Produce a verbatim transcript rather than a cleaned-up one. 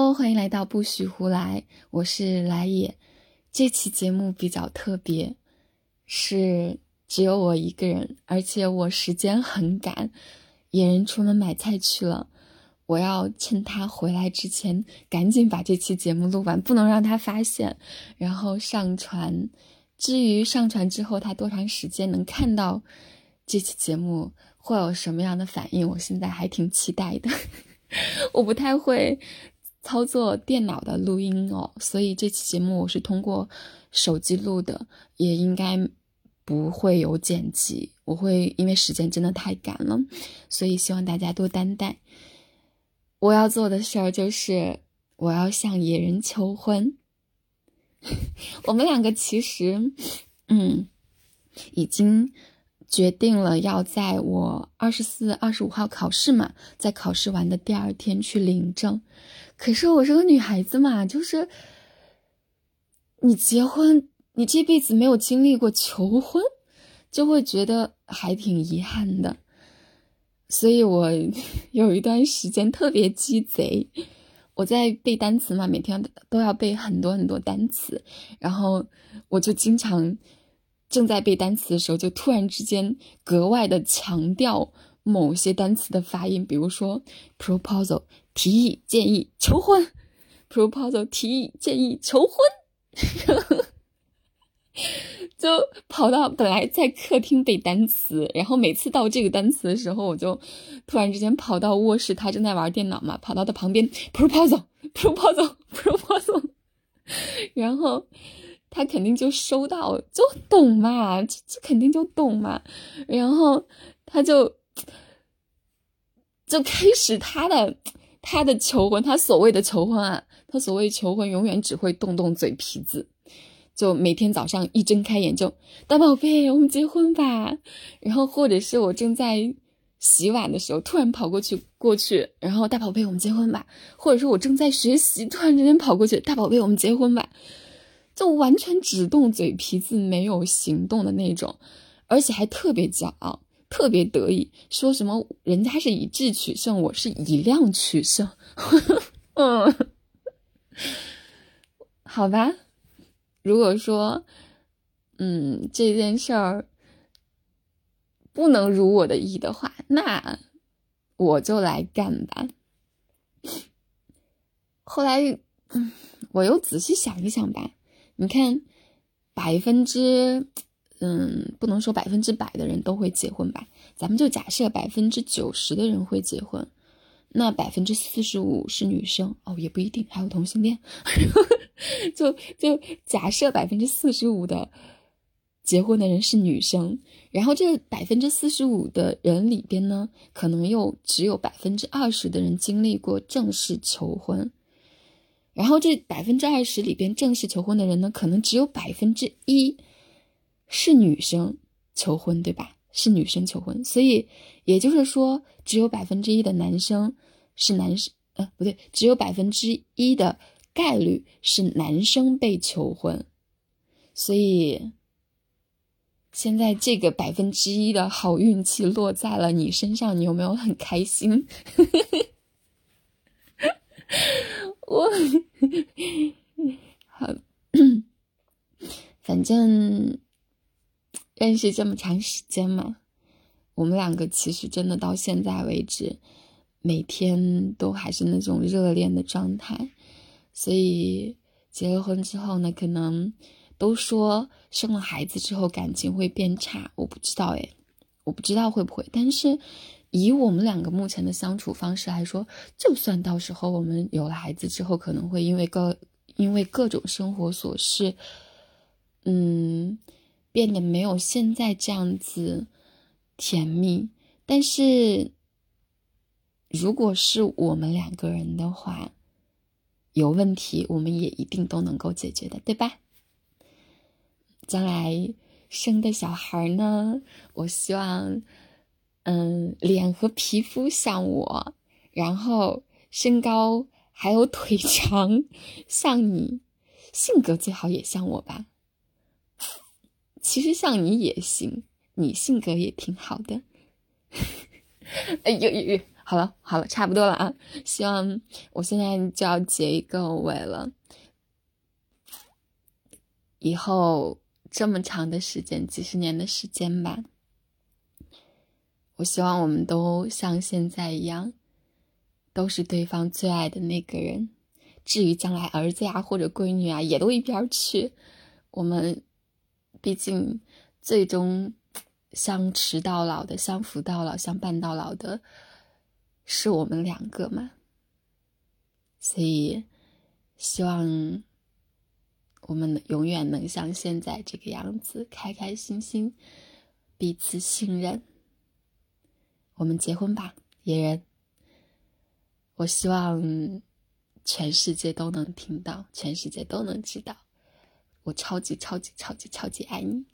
Hello， 欢迎来到不许胡来，我是来也。这期节目比较特别，是只有我一个人，而且我时间很赶，野人出门买菜去了，我要趁他回来之前赶紧把这期节目录完，不能让他发现，然后上传。至于上传之后他多长时间能看到这期节目，会有什么样的反应，我现在还挺期待的。我不太会操作电脑的录音哦，所以这期节目我是通过手机录的，也应该不会有剪辑，我会因为时间真的太赶了，所以希望大家多担待。我要做的事儿就是我要向野人求婚。我们两个其实嗯已经决定了要在我二十四、二十五号考试嘛，在考试完的第二天去领证。可是我是个女孩子嘛，就是你结婚，你这辈子没有经历过求婚，就会觉得还挺遗憾的。所以我有一段时间特别鸡贼，我在背单词嘛，每天都要背很多很多单词，然后我就经常正在背单词的时候，就突然之间格外的强调某些单词的发音，比如说 proposal 提议建议求婚 proposal 提议建议求婚就跑到本来在客厅背单词，然后每次到这个单词的时候，我就突然之间跑到卧室，他正在玩电脑嘛，跑到他旁边 proposal proposal proposal 然后他肯定就收到，就懂嘛，这这肯定就懂嘛，然后他就就开始他的他的求婚，他所谓的求婚啊，他所谓求婚永远只会动动嘴皮子，就每天早上一睁开眼就大宝贝我们结婚吧，然后或者是我正在洗碗的时候突然跑过去过去，然后大宝贝我们结婚吧，或者是我正在学习突然之间跑过去大宝贝我们结婚吧，就完全只动嘴皮子没有行动的那种，而且还特别骄傲特别得意，说什么人家是以质取胜，我是以量取胜。嗯，好吧，如果说嗯这件事儿不能如我的意的话，那我就来干吧。后来嗯我又仔细想一想吧，你看百分之嗯不能说百分之百的人都会结婚吧，咱们就假设百分之九十的人会结婚，那百分之四十五是女生哦，也不一定，还有同性恋就就假设百分之四十五的结婚的人是女生，然后这百分之四十五的人里边呢，可能又只有百分之二十的人经历过正式求婚，然后这百分之二十里边正式求婚的人呢，可能只有百分之一是女生求婚，对吧？是女生求婚，所以也就是说，只有百分之一的男生是男生，呃，不对，只有百分之一的概率是男生被求婚，所以现在这个百分之一的好运气落在了你身上，你有没有很开心？我好，反正认识这么长时间嘛，我们两个其实真的到现在为止，每天都还是那种热恋的状态，所以结了婚之后呢，可能都说生了孩子之后感情会变差，我不知道诶，我不知道会不会，但是以我们两个目前的相处方式来说，就算到时候我们有了孩子之后，可能会因为各因为各种生活琐事，嗯，变得没有现在这样子甜蜜，但是如果是我们两个人的话，有问题我们也一定都能够解决的，对吧？将来生的小孩呢，我希望嗯，脸和皮肤像我，然后身高还有腿长像你，性格最好也像我吧。其实像你也行，你性格也挺好的。哎呦呦呦好了好了，差不多了啊，希望我现在就要结一个尾了，以后这么长的时间，几十年的时间吧，我希望我们都像现在一样，都是对方最爱的那个人。至于将来儿子呀或者闺女啊，也都一边去。我们毕竟最终相持到老的，相扶到老，相伴到老的是我们两个嘛。所以希望我们永远能像现在这个样子，开开心心，彼此信任。我们结婚吧，野人。我希望全世界都能听到，全世界都能知道，我超级超级超级超级爱你。